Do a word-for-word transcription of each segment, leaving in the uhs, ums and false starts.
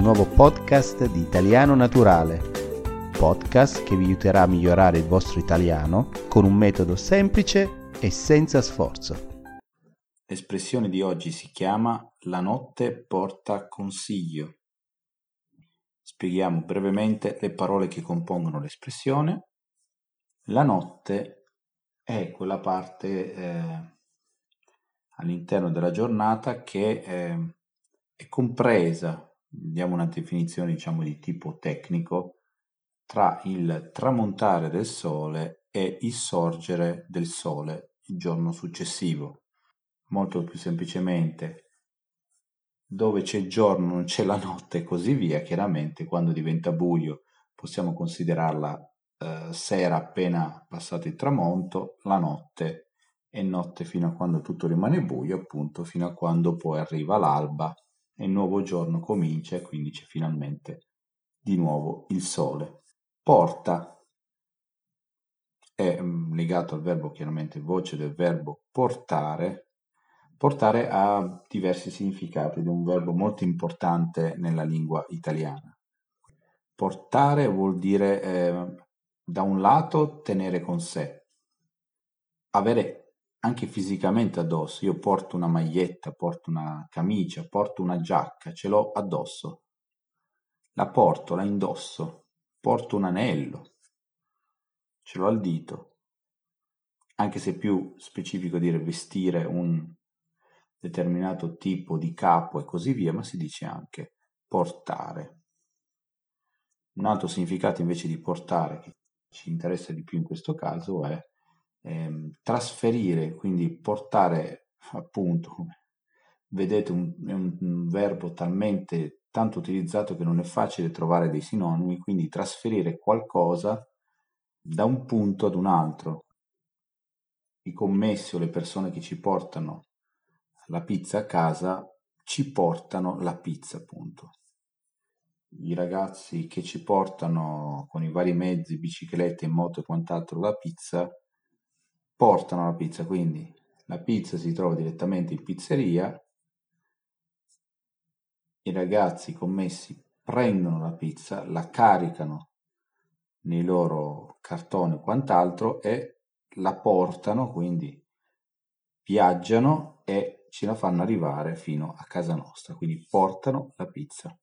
nuovo podcast di Italiano Naturale, podcast che vi aiuterà a migliorare il vostro italiano con un metodo semplice e senza sforzo. L'espressione di oggi si chiama "la notte porta consiglio". Spieghiamo brevemente le parole che compongono l'espressione. La notte è quella parte eh, all'interno della giornata che eh, è compresa, diamo una definizione diciamo di tipo tecnico, tra il tramontare del sole e il sorgere del sole il giorno successivo. Molto più semplicemente, dove c'è il giorno non c'è la notte e così via. Chiaramente quando diventa buio possiamo considerarla eh, sera appena passato il tramonto, la notte è notte fino a quando tutto rimane buio, appunto fino a quando poi arriva l'alba e il nuovo giorno comincia e quindi c'è finalmente di nuovo il sole. Porta è mh, legato al verbo, chiaramente voce del verbo portare. Portare ha diversi significati ed è un verbo molto importante nella lingua italiana. Portare vuol dire eh, da un lato tenere con sé, avere anche fisicamente addosso. Io porto una maglietta, porto una camicia, porto una giacca, ce l'ho addosso. La porto, la indosso, porto un anello, ce l'ho al dito. Anche se è più specifico dire vestire un determinato tipo di capo e così via, ma si dice anche portare. Un altro significato invece di portare, che ci interessa di più in questo caso, è ehm, trasferire, quindi portare, appunto, vedete, un, è un, un verbo talmente tanto utilizzato che non è facile trovare dei sinonimi, quindi trasferire qualcosa da un punto ad un altro. I commessi o le persone che ci portano la pizza a casa ci portano la pizza, appunto. I ragazzi che ci portano con i vari mezzi, biciclette, moto e quant'altro la pizza, portano la pizza, quindi la pizza si trova direttamente in pizzeria, i ragazzi commessi prendono la pizza, la caricano nei loro cartoni o quant'altro e la portano, quindi viaggiano e ce la fanno arrivare fino a casa nostra, quindi portano la pizza.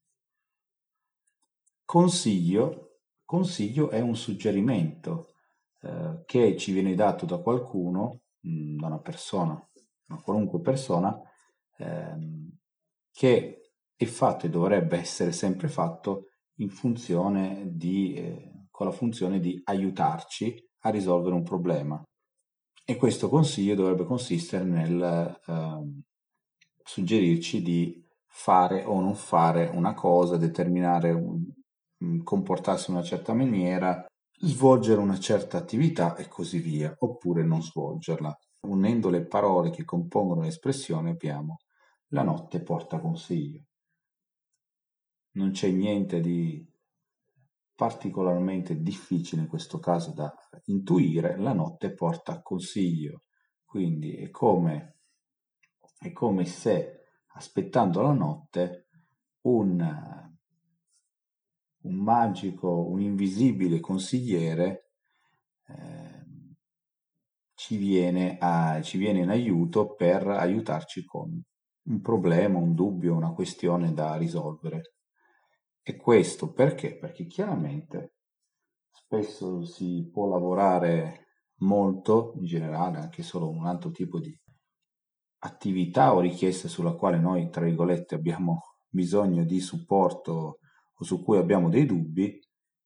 Consiglio, consiglio è un suggerimento eh, che ci viene dato da qualcuno, mh, da una persona, una qualunque persona, ehm, che è fatto e dovrebbe essere sempre fatto in funzione di, eh, con la funzione di aiutarci a risolvere un problema. E questo consiglio dovrebbe consistere nel eh, suggerirci di fare o non fare una cosa, determinare un, comportarsi in una certa maniera, svolgere una certa attività e così via, oppure non svolgerla. Unendo le parole che compongono l'espressione abbiamo la notte porta consiglio. Non c'è niente di particolarmente difficile in questo caso da intuire, la notte porta consiglio, quindi è come, è come se aspettando la notte un, un magico, un invisibile consigliere eh, ci viene, a, ci viene in aiuto per aiutarci con un problema, un dubbio, una questione da risolvere. E questo perché? Perché chiaramente spesso si può lavorare molto, in generale, anche solo un altro tipo di attività o richiesta sulla quale noi, tra virgolette, abbiamo bisogno di supporto o su cui abbiamo dei dubbi.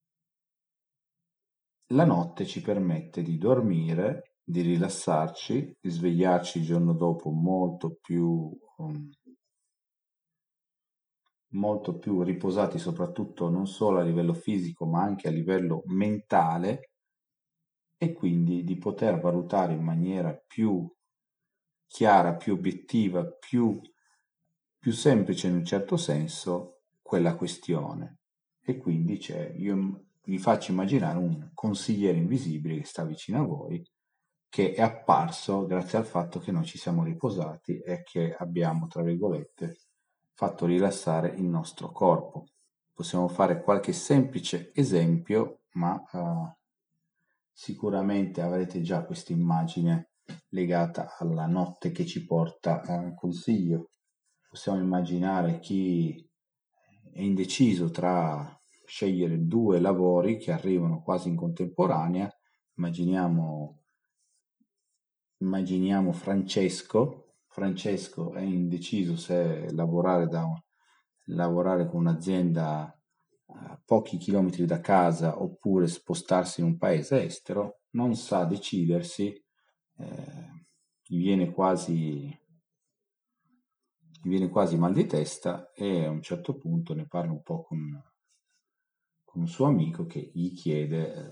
La notte ci permette di dormire, di rilassarci, di svegliarci il giorno dopo molto più um, molto più riposati, soprattutto non solo a livello fisico ma anche a livello mentale, e quindi di poter valutare in maniera più chiara, più obiettiva, più, più semplice in un certo senso quella questione. E quindi c'è, io vi faccio immaginare un consigliere invisibile che sta vicino a voi, che è apparso grazie al fatto che noi ci siamo riposati e che abbiamo, tra virgolette, fatto rilassare il nostro corpo. Possiamo fare qualche semplice esempio, ma uh, sicuramente avrete già questa immagine legata alla notte che ci porta a consiglio. Possiamo immaginare chi è indeciso tra scegliere due lavori che arrivano quasi in contemporanea. Immaginiamo, immaginiamo Francesco. Francesco è indeciso se lavorare, da, lavorare con un'azienda a pochi chilometri da casa oppure spostarsi in un paese estero. Non sa decidersi, eh, gli viene quasi... gli viene quasi mal di testa e a un certo punto ne parla un po' con, con un suo amico che gli chiede, eh,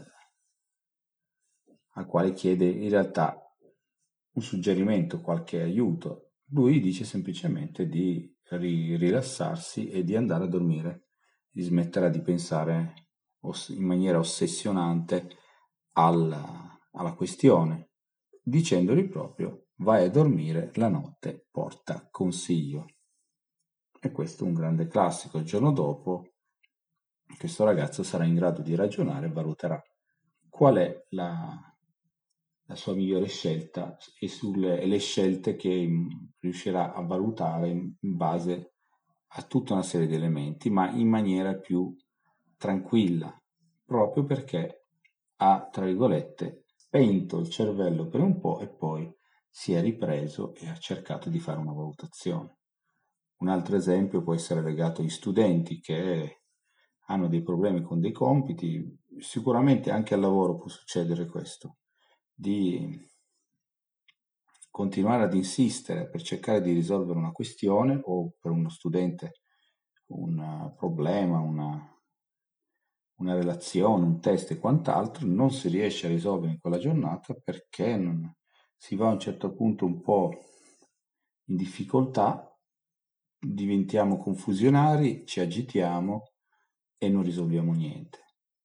al quale chiede in realtà un suggerimento, qualche aiuto. Lui dice semplicemente di ri- rilassarsi e di andare a dormire, di smettere di pensare oss- in maniera ossessionante alla, alla questione, dicendogli proprio: vai a dormire, la notte porta consiglio. E questo è un grande classico. Il giorno dopo questo ragazzo sarà in grado di ragionare e valuterà qual è la, la sua migliore scelta e sulle le scelte che mh, riuscirà a valutare in, in base a tutta una serie di elementi, ma in maniera più tranquilla, proprio perché ha, tra virgolette, spento il cervello per un po' e poi si è ripreso e ha cercato di fare una valutazione. Un altro esempio può essere legato agli studenti che hanno dei problemi con dei compiti. Sicuramente anche al lavoro può succedere questo, di continuare ad insistere per cercare di risolvere una questione o per uno studente un problema, una, una relazione, un test e quant'altro, non si riesce a risolvere in quella giornata perché non, si va a un certo punto un po' in difficoltà, diventiamo confusionari, ci agitiamo e non risolviamo niente.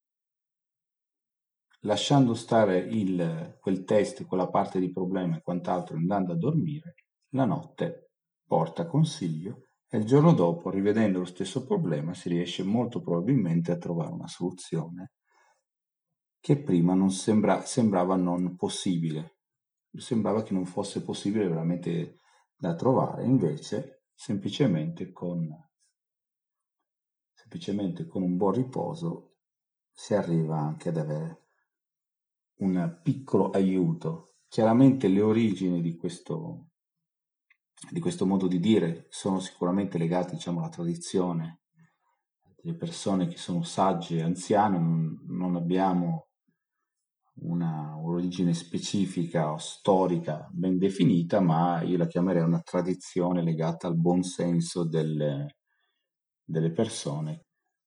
Lasciando stare il, quel test, quella parte di problema e quant'altro, andando a dormire, la notte porta consiglio e il giorno dopo, rivedendo lo stesso problema, si riesce molto probabilmente a trovare una soluzione che prima non sembra, sembrava non possibile. Sembrava che non fosse possibile veramente da trovare, invece semplicemente con, semplicemente con un buon riposo si arriva anche ad avere un piccolo aiuto. Chiaramente le origini di questo, di questo modo di dire sono sicuramente legate, diciamo, alla tradizione delle persone che sono sagge e anziane. Non, non abbiamo una origine specifica o storica ben definita, ma io la chiamerei una tradizione legata al buon senso delle, delle persone.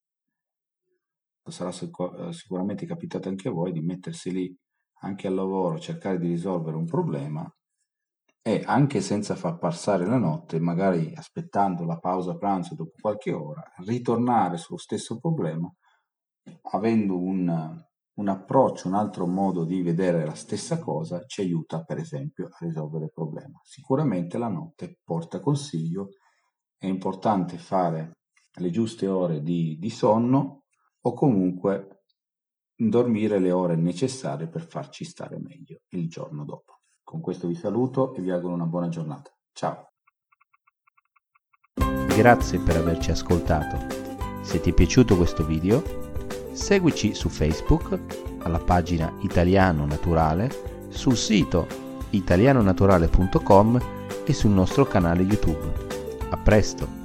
Sarà sicur- sicuramente capitato anche a voi di mettersi lì anche al lavoro, cercare di risolvere un problema e anche senza far passare la notte, magari aspettando la pausa pranzo dopo qualche ora, ritornare sullo stesso problema, avendo un, un approccio, un altro modo di vedere la stessa cosa, ci aiuta per esempio a risolvere il problema. Sicuramente la notte porta consiglio, è importante fare le giuste ore di, di sonno o comunque dormire le ore necessarie per farci stare meglio il giorno dopo. Con questo vi saluto e vi auguro una buona giornata. Ciao! Grazie per averci ascoltato. Se ti è piaciuto questo video, seguici su Facebook alla pagina Italiano Naturale, sul sito italiano naturale punto com e sul nostro canale YouTube. A presto!